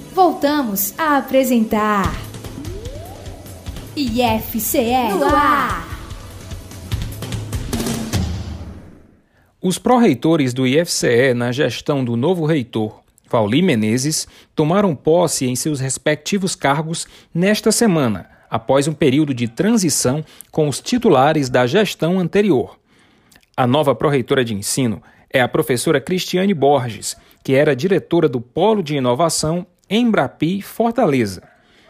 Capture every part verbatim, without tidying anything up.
Voltamos a apresentar I F C E no ar. Os pró-reitores do I F C E na gestão do novo reitor, Vauli Menezes, tomaram posse em seus respectivos cargos nesta semana, após um período de transição com os titulares da gestão anterior. A nova pró-reitora de ensino é a professora Cristiane Borges, que era diretora do Polo de Inovação Embrapi Fortaleza.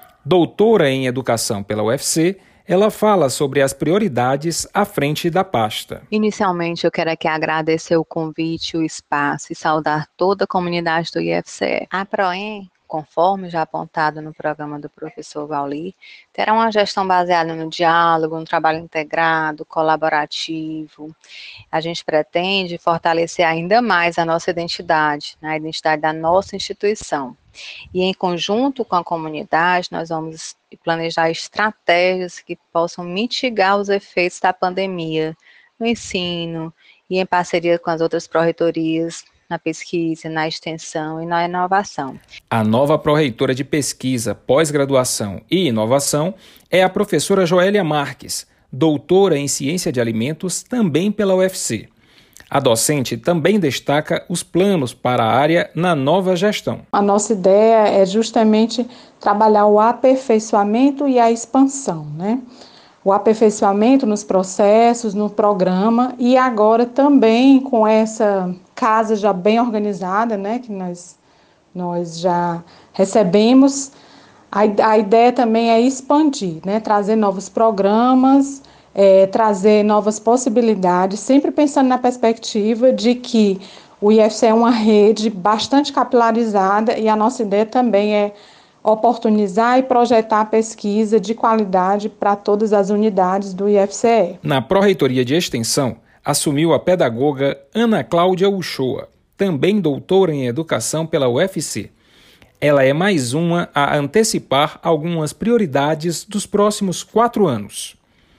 Doutora em Educação pela U F C, ela fala sobre as prioridades à frente da pasta. Inicialmente, eu quero aqui agradecer o convite, o espaço e saudar toda a comunidade do I F C E. A PROEM, conforme já apontado no programa do professor Vauli, terá uma gestão baseada no diálogo, no trabalho integrado, colaborativo. A gente pretende fortalecer ainda mais a nossa identidade, né, a identidade da nossa instituição. E em conjunto com a comunidade, nós vamos planejar estratégias que possam mitigar os efeitos da pandemia no ensino e em parceria com as outras pró-reitorias, na pesquisa, na extensão e na inovação. A nova pró-reitora de Pesquisa, Pós-Graduação e Inovação é a professora Joélia Marques, doutora em Ciência de Alimentos também pela U F C. A docente também destaca os planos para a área na nova gestão. A nossa ideia é justamente trabalhar o aperfeiçoamento e a expansão, né? O aperfeiçoamento nos processos, no programa e agora também com essa casa já bem organizada, né, que nós, nós já recebemos, a, a ideia também é expandir, né, trazer novos programas, é, trazer novas possibilidades, sempre pensando na perspectiva de que o I F C é uma rede bastante capilarizada e a nossa ideia também é oportunizar e projetar pesquisa de qualidade para todas as unidades do I F C E. Na Pró-Reitoria de Extensão, assumiu a pedagoga Ana Cláudia Uchoa, também doutora em Educação pela U F C. Ela é mais uma a antecipar algumas prioridades dos próximos quatro anos.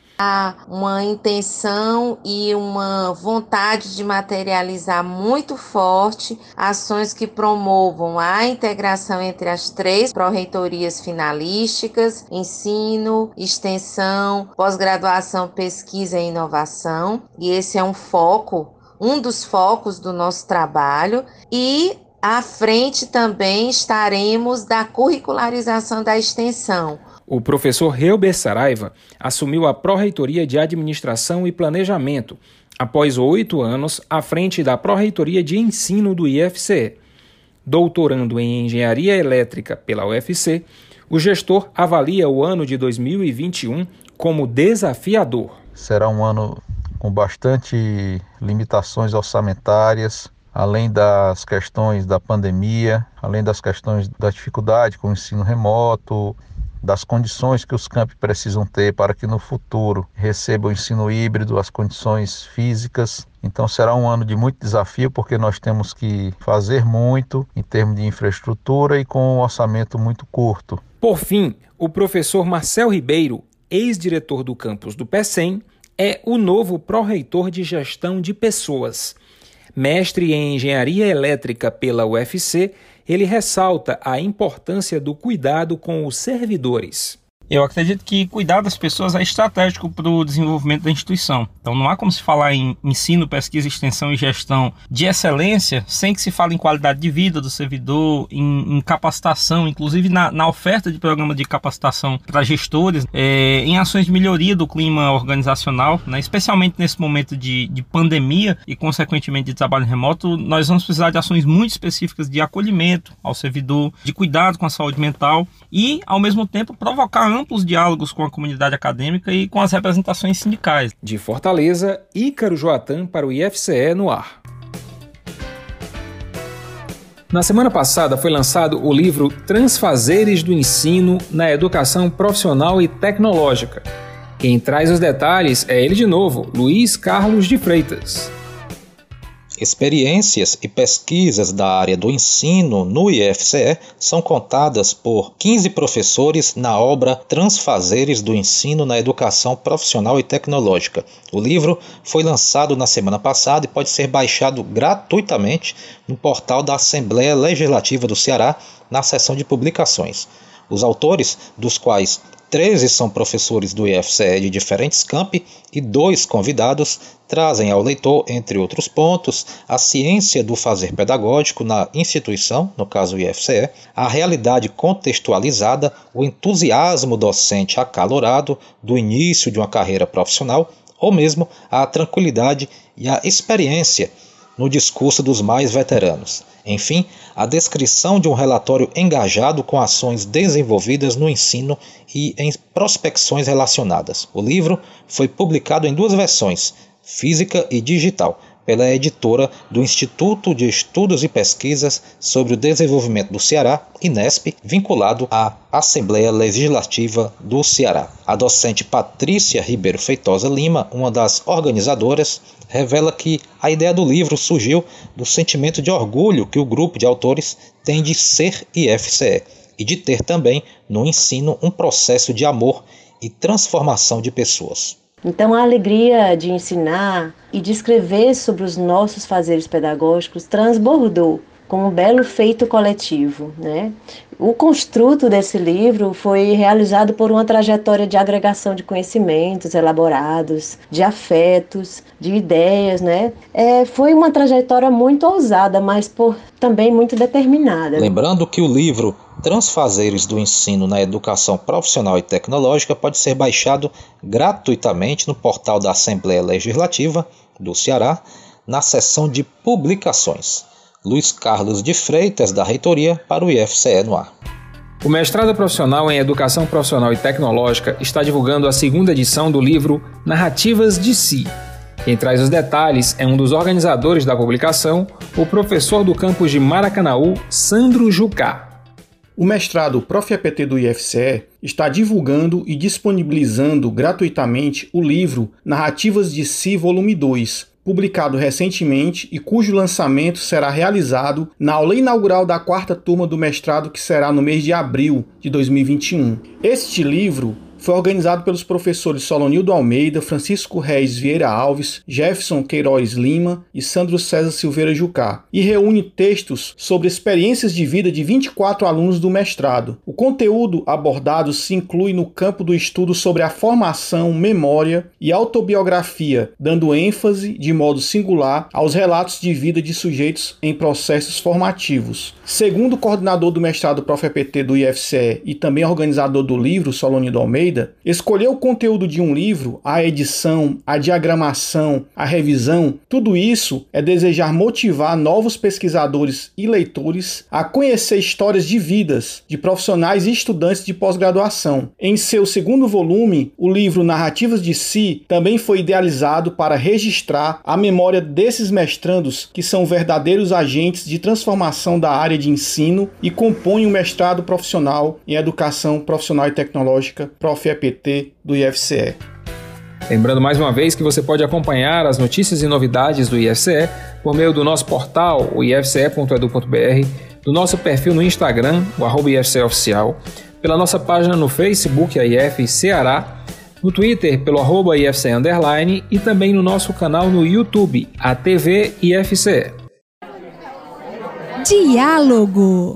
Há uma intenção e uma vontade de materializar muito forte ações que promovam a integração entre as três pró-reitorias finalísticas, ensino, extensão, pós-graduação, pesquisa e inovação. E esse é um foco, um dos focos do nosso trabalho. E à frente também estaremos da curricularização da extensão. O professor Helber Saraiva assumiu a Pró-Reitoria de Administração e Planejamento, após oito anos à frente da Pró-Reitoria de Ensino do I F C E. Doutorando em Engenharia Elétrica pela U F C, o gestor avalia o ano de dois mil e vinte e um como desafiador. Será um ano com bastante limitações orçamentárias, além das questões da pandemia, além das questões da dificuldade com o ensino remoto, das condições que os campi precisam ter para que no futuro recebam o ensino híbrido, as condições físicas. Então será um ano de muito desafio, porque nós temos que fazer muito em termos de infraestrutura e com um orçamento muito curto. Por fim, o professor Marcel Ribeiro, ex-diretor do campus do PECEM, é o novo pró-reitor de Gestão de Pessoas. Mestre em Engenharia Elétrica pela U F C, ele ressalta a importância do cuidado com os servidores. Eu acredito que cuidar das pessoas é estratégico para o desenvolvimento da instituição. Então não há como se falar em ensino, pesquisa, extensão e gestão de excelência sem que se fale em qualidade de vida do servidor, em, em capacitação, inclusive na, na oferta de programa de capacitação para gestores, é, em ações de melhoria do clima organizacional, né, especialmente nesse momento de, de pandemia e consequentemente de trabalho remoto. Nós vamos precisar de ações muito específicas de acolhimento ao servidor, de cuidado com a saúde mental e, ao mesmo tempo, provocar amplos diálogos com a comunidade acadêmica e com as representações sindicais. De Fortaleza, Ícaro Joatan para o I F C E no ar. Na semana passada foi lançado o livro Transfazeres do Ensino na Educação Profissional e Tecnológica. Quem traz os detalhes é ele de novo, Luiz Carlos de Freitas. Experiências e pesquisas da área do ensino no I F C E são contadas por quinze professores na obra Transfazeres do Ensino na Educação Profissional e Tecnológica. O livro foi lançado na semana passada e pode ser baixado gratuitamente no portal da Assembleia Legislativa do Ceará, na seção de publicações. Os autores, dos quais treze são professores do I F C E de diferentes campi e dois convidados, trazem ao leitor, entre outros pontos, a ciência do fazer pedagógico na instituição, no caso o I F C E, a realidade contextualizada, o entusiasmo docente acalorado do início de uma carreira profissional, ou mesmo a tranquilidade e a experiência no discurso dos mais veteranos. Enfim, a descrição de um relatório engajado com ações desenvolvidas no ensino e em prospecções relacionadas. O livro foi publicado em duas versões, física e digital, pela editora do Instituto de Estudos e Pesquisas sobre o Desenvolvimento do Ceará, INESP, vinculado à Assembleia Legislativa do Ceará. A docente Patrícia Ribeiro Feitosa Lima, uma das organizadoras, revela que a ideia do livro surgiu do sentimento de orgulho que o grupo de autores tem de ser I F C E e de ter também no ensino um processo de amor e transformação de pessoas. Então, a alegria de ensinar e de escrever sobre os nossos fazeres pedagógicos transbordou como um belo feito coletivo, né? O construto desse livro foi realizado por uma trajetória de agregação de conhecimentos elaborados, de afetos, de ideias, né? É, foi uma trajetória muito ousada, mas por, também muito determinada. Lembrando que o livro Transfazeres do Ensino na Educação Profissional e Tecnológica pode ser baixado gratuitamente no portal da Assembleia Legislativa do Ceará, na seção de publicações. Luiz Carlos de Freitas, da Reitoria, para o I F C E no ar. O mestrado profissional em Educação Profissional e Tecnológica está divulgando a segunda edição do livro Narrativas de Si. Quem traz os detalhes é um dos organizadores da publicação, o professor do campus de Maracanaú, Sandro Jucá. O mestrado Prof E P T do I F C E está divulgando e disponibilizando gratuitamente o livro Narrativas de Si, volume dois, publicado recentemente e cujo lançamento será realizado na aula inaugural da quarta turma do mestrado, que será no mês de abril de dois mil e vinte e um. Este livro foi organizado pelos professores Solonildo Almeida, Francisco Reis Vieira Alves, Jefferson Queiroz Lima e Sandro César Silveira Jucá, e reúne textos sobre experiências de vida de vinte e quatro alunos do mestrado. O conteúdo abordado se inclui no campo do estudo sobre a formação, memória e autobiografia, dando ênfase de modo singular aos relatos de vida de sujeitos em processos formativos. Segundo o coordenador do mestrado Prof E P T do I F C E e também organizador do livro, Solonildo Almeida, escolher o conteúdo de um livro, a edição, a diagramação, a revisão, tudo isso é desejar motivar novos pesquisadores e leitores a conhecer histórias de vidas de profissionais e estudantes de pós-graduação. Em seu segundo volume, o livro Narrativas de Si também foi idealizado para registrar a memória desses mestrandos que são verdadeiros agentes de transformação da área de ensino e compõem o mestrado profissional em Educação Profissional e Tecnológica, Prof E P T do I F C E. Lembrando mais uma vez que você pode acompanhar as notícias e novidades do I F C E por meio do nosso portal, o i f c e ponto e d u ponto b r, do nosso perfil no Instagram, o arroba I F C E Oficial, pela nossa página no Facebook, a I F Ceará, no Twitter, pelo arroba I F C E Underline, e também no nosso canal no YouTube, a T V I F C E. Diálogo.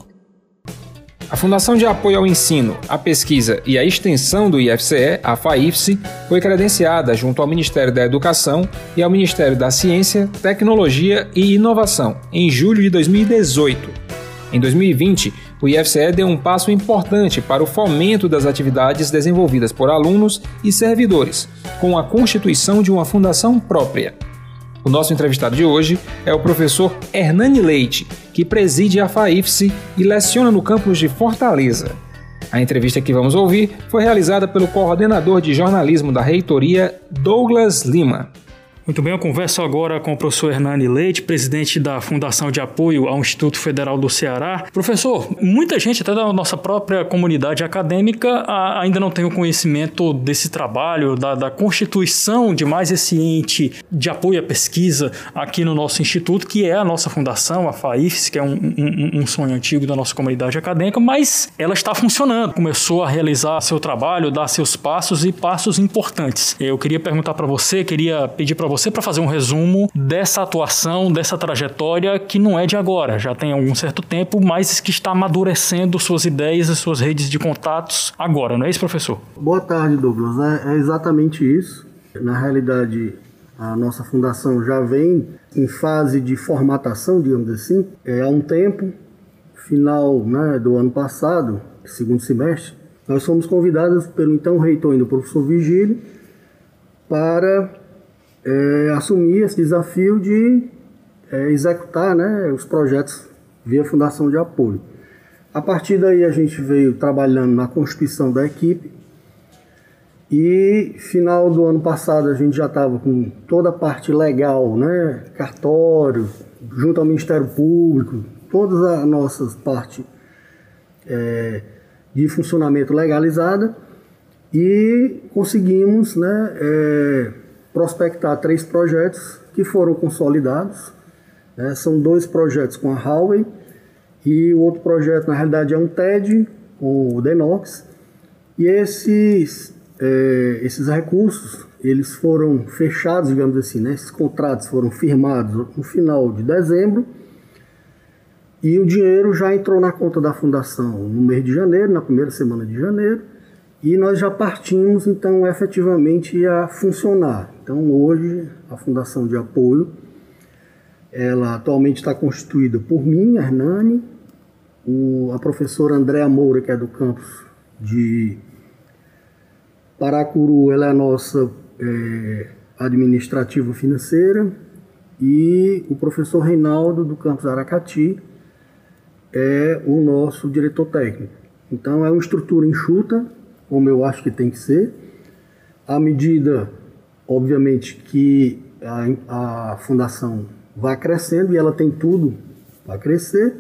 A Fundação de Apoio ao Ensino, a Pesquisa e a Extensão do I F C E, a FAIFSE, foi credenciada junto ao Ministério da Educação e ao Ministério da Ciência, Tecnologia e Inovação, em julho de dois mil e dezoito. Em dois mil e vinte, o I F C E deu um passo importante para o fomento das atividades desenvolvidas por alunos e servidores, com a constituição de uma fundação própria. O nosso entrevistado de hoje é o professor Hernani Leite, que preside a FAIFSE e leciona no campus de Fortaleza. A entrevista que vamos ouvir foi realizada pelo coordenador de jornalismo da reitoria, Douglas Lima. Muito bem, eu converso agora com o professor Hernani Leite, presidente da Fundação de Apoio ao Instituto Federal do Ceará. Professor, muita gente, até da nossa própria comunidade acadêmica, ainda não tem o conhecimento desse trabalho, da, da constituição de mais esse ente de apoio à pesquisa aqui no nosso instituto, que é a nossa fundação, a FAIFES, que é um, um, um sonho antigo da nossa comunidade acadêmica, mas ela está funcionando, começou a realizar seu trabalho, dar seus passos e passos importantes. Eu queria perguntar para você, queria pedir para você você para fazer um resumo dessa atuação, dessa trajetória que não é de agora, já tem algum certo tempo, mas que está amadurecendo suas ideias e suas redes de contatos agora, não é isso, professor? Boa tarde, Douglas. É, é exatamente isso. Na realidade, a nossa fundação já vem em fase de formatação, digamos assim, é, há um tempo, final, né, do ano passado, segundo semestre, nós fomos convidados pelo então reitor ainda, o professor Vigílio, para É, assumir esse desafio de é, executar, né, os projetos via Fundação de Apoio. A partir daí a gente veio trabalhando na constituição da equipe e final do ano passado a gente já estava com toda a parte legal, né, cartório, junto ao Ministério Público, todas as nossas partes é, de funcionamento legalizada e conseguimos, né, é, prospectar três projetos que foram consolidados, né? São dois projetos com a Huawei e o outro projeto, na realidade, é um T E D com o Denox. E esses, é, esses recursos, eles foram fechados, digamos assim, né? Esses contratos foram firmados no final de dezembro e o dinheiro já entrou na conta da Fundação no mês de janeiro, na primeira semana de janeiro, e nós já partimos, então, efetivamente a funcionar. Então, hoje, a Fundação de Apoio, ela atualmente está constituída por mim, Hernani, o, a professora Andréa Moura, que é do campus de Paracuru, ela é a nossa é, administrativa financeira, e o professor Reinaldo, do campus Aracati, é o nosso diretor técnico. Então, é uma estrutura enxuta, como eu acho que tem que ser, à medida, obviamente, que a, a fundação vai crescendo e ela tem tudo para crescer,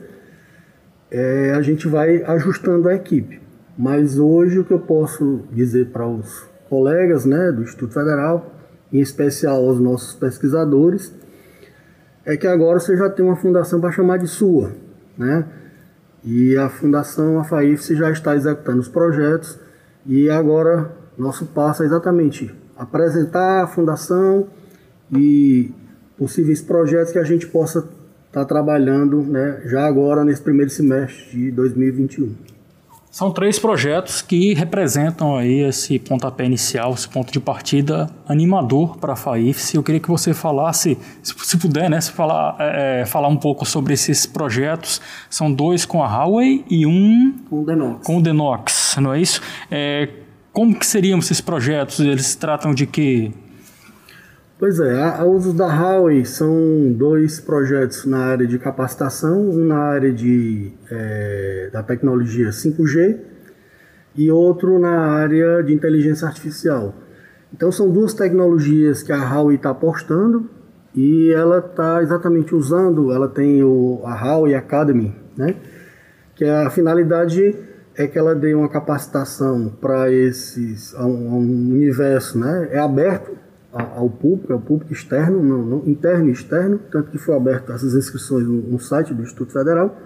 é, a gente vai ajustando a equipe. Mas hoje o que eu posso dizer para os colegas, né, do Instituto Federal, em especial aos nossos pesquisadores, é que agora você já tem uma fundação para chamar de sua, né? E a fundação, a FAIFES, já está executando os projetos. E agora, nosso passo é exatamente apresentar a fundação e possíveis projetos que a gente possa estar trabalhando, né, já agora nesse primeiro semestre de dois mil e vinte e um. São três projetos que representam aí esse pontapé inicial, esse ponto de partida animador para a FAIFES. Eu queria que você falasse, se puder, né, se falar, é, falar um pouco sobre esses projetos. São dois com a Huawei e um com o Denox. Com o Denox, não é isso? É, como que seriam esses projetos? Eles tratam de quê? Pois é, a, a usos da Huawei são dois projetos na área de capacitação, um na área de, é, da tecnologia cinco G e outro na área de inteligência artificial. Então são duas tecnologias que a Huawei está apostando e ela está exatamente usando, ela tem o, a Huawei Academy, né, que a finalidade é que ela dê uma capacitação para esses, a um, a um universo, né, é aberto ao público, ao público externo, no, no, interno e externo, tanto que foi aberto essas inscrições no, no site do Instituto Federal,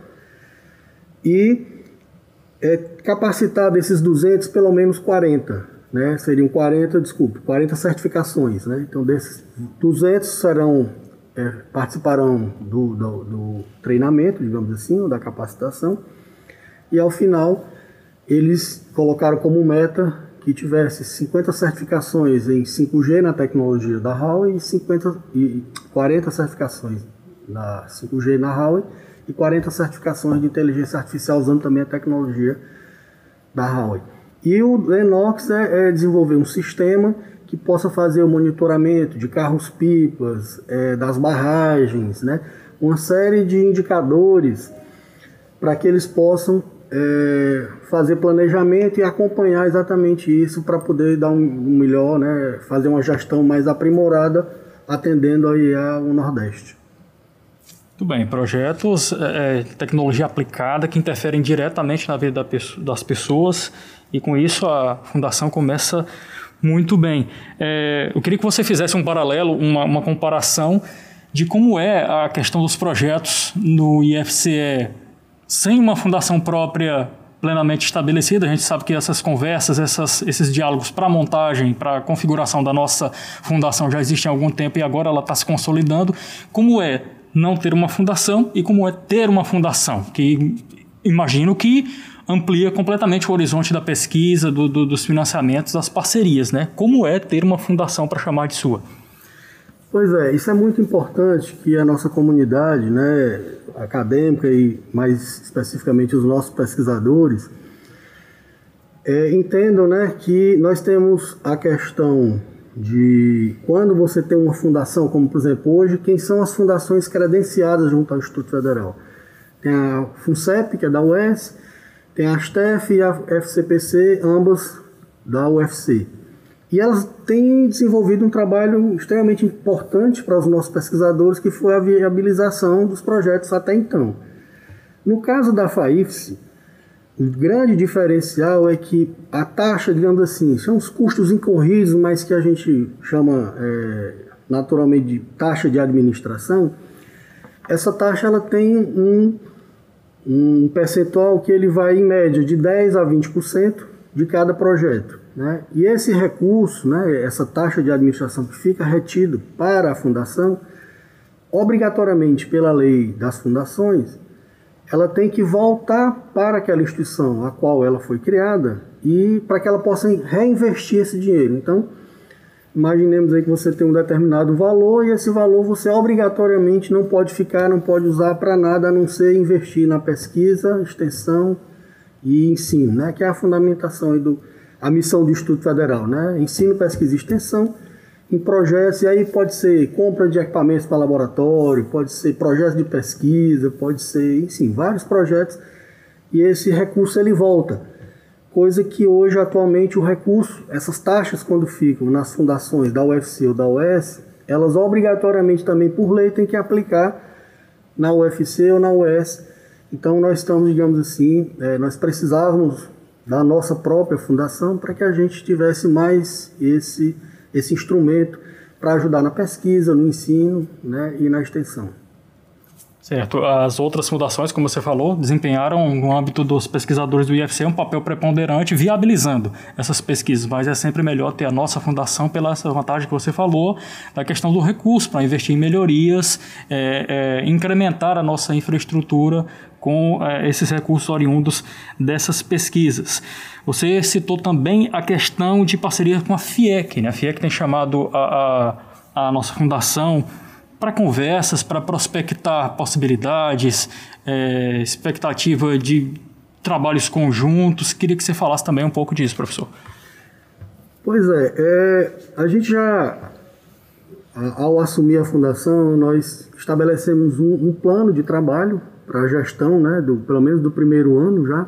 e é, capacitar desses duzentos, pelo menos quarenta, né, seriam quarenta, desculpe, quarenta certificações, né, então desses duzentos serão, é, participarão do, do, do treinamento, digamos assim, ou da capacitação, e ao final eles colocaram como meta que tivesse cinquenta certificações em cinco G na tecnologia da Huawei e, cinquenta, e quarenta certificações na cinco G na Huawei e quarenta certificações de inteligência artificial usando também a tecnologia da Huawei. E o Denox é, é desenvolver um sistema que possa fazer o monitoramento de carros-pipas, é, das barragens, né? Uma série de indicadores para que eles possam É, fazer planejamento e acompanhar exatamente isso para poder dar um, um melhor, né, fazer uma gestão mais aprimorada atendendo aí ao Nordeste. Muito bem, projetos, é, tecnologia aplicada que interferem diretamente na vida das pessoas e com isso a Fundação começa muito bem. É, eu queria que você fizesse um paralelo, uma, uma comparação de como é a questão dos projetos no I F C E sem uma fundação própria plenamente estabelecida. A gente sabe que essas conversas, essas, esses diálogos para a montagem, para a configuração da nossa fundação já existem há algum tempo e agora ela está se consolidando. Como é não ter uma fundação e como é ter uma fundação, que imagino que amplia completamente o horizonte da pesquisa, do, do, dos financiamentos, das parcerias, né? Como é ter uma fundação para chamar de sua? Pois é, isso é muito importante que a nossa comunidade, né, acadêmica e mais especificamente os nossos pesquisadores é, entendam, né, que nós temos a questão de quando você tem uma fundação, como por exemplo hoje, quem são as fundações credenciadas junto ao Instituto Federal? Tem a FUNCEP, que é da U E S, tem a ASTEF e a F C P C, ambas da U F C. E elas têm desenvolvido um trabalho extremamente importante para os nossos pesquisadores, que foi a viabilização dos projetos até então. No caso da FAIFSE, o grande diferencial é que a taxa, digamos assim, são os custos incorridos, mas que a gente chama é, naturalmente de taxa de administração. Essa taxa ela tem um, um percentual que ele vai em média de dez a vinte por cento de cada projeto, né? E esse recurso, né, essa taxa de administração que fica retido para a fundação, obrigatoriamente pela lei das fundações, ela tem que voltar para aquela instituição a qual ela foi criada e para que ela possa reinvestir esse dinheiro. Então, imaginemos aí que você tem um determinado valor e esse valor você obrigatoriamente não pode ficar, não pode usar para nada a não ser investir na pesquisa, extensão e ensino, né? Que é a fundamentação e do, a missão do Instituto Federal, né? Ensino, pesquisa e extensão em projetos, e aí pode ser compra de equipamentos para laboratório, pode ser projetos de pesquisa, pode ser, enfim, vários projetos, e esse recurso ele volta. Coisa que hoje, atualmente, o recurso, essas taxas quando ficam nas fundações da U F C ou da U E S, elas obrigatoriamente também, por lei, têm que aplicar na U F C ou na U E S. Então nós estamos, digamos assim, é, nós precisávamos da nossa própria fundação para que a gente tivesse mais esse esse instrumento para ajudar na pesquisa, no ensino, né, e na extensão. Certo. As outras fundações, como você falou, desempenharam no âmbito dos pesquisadores do I F C um papel preponderante viabilizando essas pesquisas, mas é sempre melhor ter a nossa fundação pela essa vantagem que você falou, da questão do recurso para investir em melhorias, é, é, incrementar a nossa infraestrutura com é, esses recursos oriundos dessas pesquisas. Você citou também a questão de parceria com a FIEC, né? A FIEC tem chamado a, a, a nossa fundação para conversas, para prospectar possibilidades, é, expectativa de trabalhos conjuntos. Queria que você falasse também um pouco disso, professor. Pois é, é a gente já, ao assumir a fundação, nós estabelecemos um, um plano de trabalho para a gestão, né, do, pelo menos do primeiro ano já,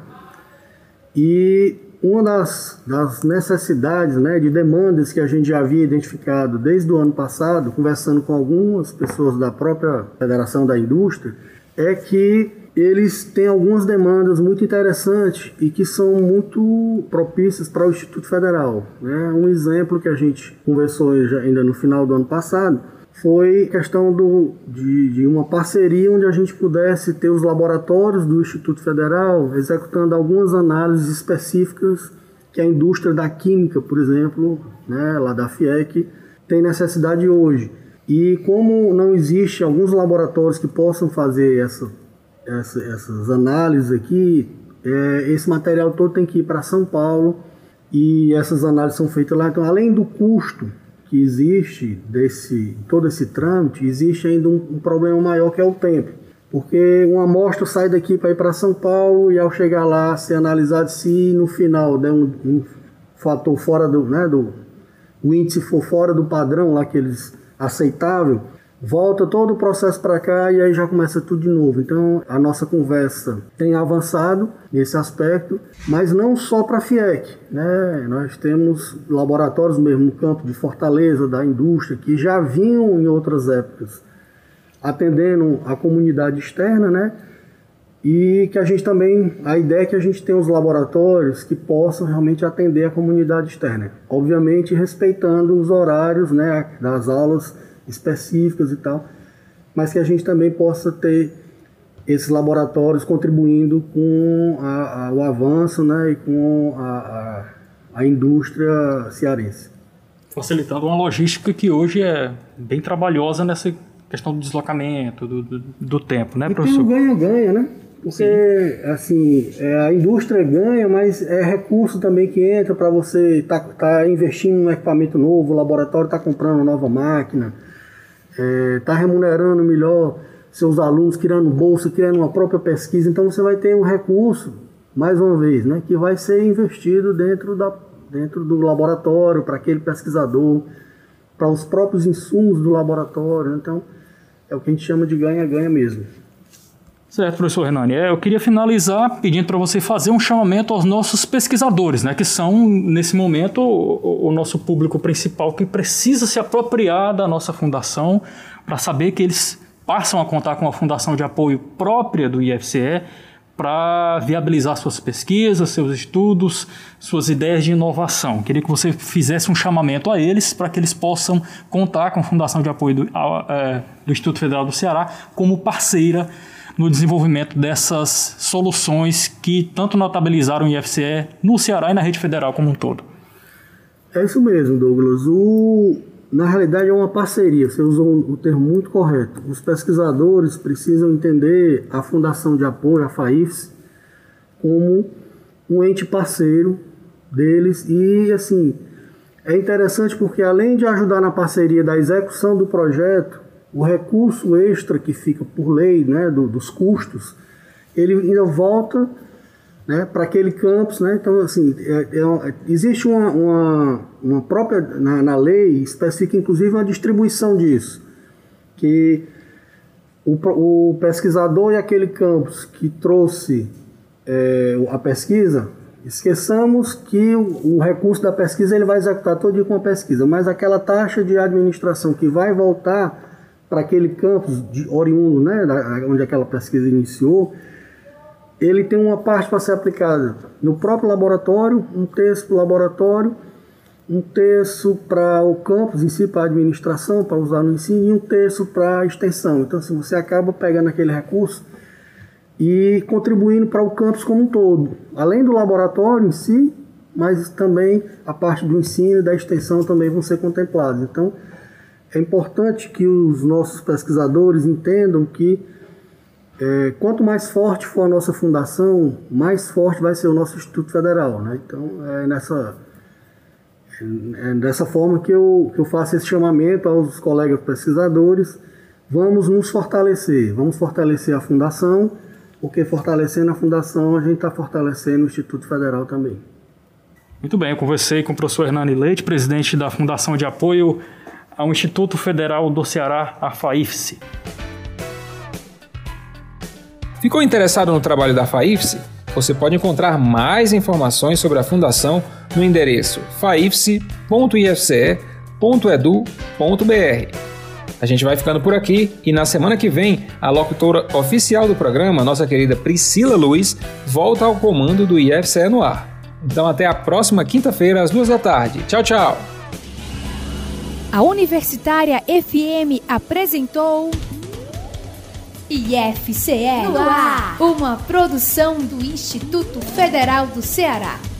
e uma das, das necessidades, né, de demandas que a gente já havia identificado desde o ano passado, conversando com algumas pessoas da própria Federação da Indústria, é que eles têm algumas demandas muito interessantes e que são muito propícias para o Instituto Federal, né? Um exemplo que a gente conversou ainda no final do ano passado foi a questão do, de, de uma parceria onde a gente pudesse ter os laboratórios do Instituto Federal executando algumas análises específicas que a indústria da química, por exemplo, né, lá da FIEC, tem necessidade hoje. E como não existe alguns laboratórios que possam fazer essa, essa, essas análises aqui, é, esse material todo tem que ir para São Paulo e essas análises são feitas lá. Então, além do custo que existe desse todo esse trâmite, existe ainda um, um problema maior que é o tempo, porque uma amostra sai daqui para ir para São Paulo e ao chegar lá ser analisado, se no final der um, um fator fora do, né, do o índice for fora do padrão lá que eles aceitável, volta todo o processo para cá e aí já começa tudo de novo. Então a nossa conversa tem avançado nesse aspecto, mas não só para a FIEC, né? Nós temos laboratórios mesmo no campo de Fortaleza, da indústria, que já vinham em outras épocas atendendo a comunidade externa, né? E que a gente também, a ideia é que a gente tenha os laboratórios que possam realmente atender a comunidade externa. Obviamente respeitando os horários, né, das aulas específicas e tal, mas que a gente também possa ter esses laboratórios contribuindo com a, a, o avanço, né, e com a, a, a indústria cearense. Facilitando uma logística que hoje é bem trabalhosa nessa questão do deslocamento, do, do, do tempo, né, e professor? E tem um ganha-ganha, né? Porque, sim, assim, é, a indústria ganha, mas é recurso também que entra para você estar tá, tá investindo em um equipamento novo, o laboratório está comprando nova máquina, está é, remunerando melhor seus alunos, criando bolsa, criando uma própria pesquisa. Então você vai ter um recurso, mais uma vez, né, que vai ser investido dentro, da, dentro do laboratório, para aquele pesquisador, para os próprios insumos do laboratório. Então é o que a gente chama de ganha-ganha mesmo. Certo, professor Hernani. É, eu queria finalizar pedindo para você fazer um chamamento aos nossos pesquisadores, né, que são, nesse momento, o, o nosso público principal que precisa se apropriar da nossa fundação para saber que eles passam a contar com a fundação de apoio própria do I F C E para viabilizar suas pesquisas, seus estudos, suas ideias de inovação. Queria que você fizesse um chamamento a eles para que eles possam contar com a fundação de apoio do, a, do Instituto Federal do Ceará como parceira no desenvolvimento dessas soluções que tanto notabilizaram o I F C E no Ceará e na rede federal como um todo. É isso mesmo, Douglas. O, na realidade é uma parceria, você usou o termo muito correto. Os pesquisadores precisam entender a Fundação de Apoio, a FAIFCE, como um ente parceiro deles. E, assim, é interessante porque além de ajudar na parceria da execução do projeto, o recurso extra que fica por lei, né, do, dos custos, ele ainda volta, né, para aquele campus, né? Então, assim, é, é, existe uma, uma, uma própria, na, na lei, especifica inclusive uma distribuição disso, que o, o pesquisador e aquele campus que trouxe é, a pesquisa, esqueçamos que o, o recurso da pesquisa ele vai executar todo com a pesquisa, mas aquela taxa de administração que vai voltar para aquele campus de oriundo, né, da, onde aquela pesquisa iniciou, ele tem uma parte para ser aplicada no próprio laboratório, um terço para o laboratório, um terço para o campus em si, para a administração, para usar no ensino, e um terço para a extensão. Então, assim, você acaba pegando aquele recurso e contribuindo para o campus como um todo, além do laboratório em si, mas também a parte do ensino e da extensão também vão ser contempladas. Então, é importante que os nossos pesquisadores entendam que é, quanto mais forte for a nossa fundação, mais forte vai ser o nosso Instituto Federal, né? Então, é nessa, é dessa forma que eu, que eu faço esse chamamento aos colegas pesquisadores. Vamos nos fortalecer, vamos fortalecer a fundação, porque fortalecendo a fundação, a gente está fortalecendo o Instituto Federal também. Muito bem, eu conversei com o professor Hernani Leite, presidente da Fundação de Apoio ao Instituto Federal do Ceará, a FAIFCE. Ficou interessado no trabalho da FAIFCE? Você pode encontrar mais informações sobre a Fundação no endereço faifce ponto i f c e ponto edu ponto b r. A gente vai ficando por aqui e na semana que vem a locutora oficial do programa, nossa querida Priscila Luiz, volta ao comando do I F C E no ar. Então até a próxima quinta-feira às duas da tarde. Tchau, tchau! A Universitária F M apresentou I F C E no ar, uma produção do Instituto Federal do Ceará.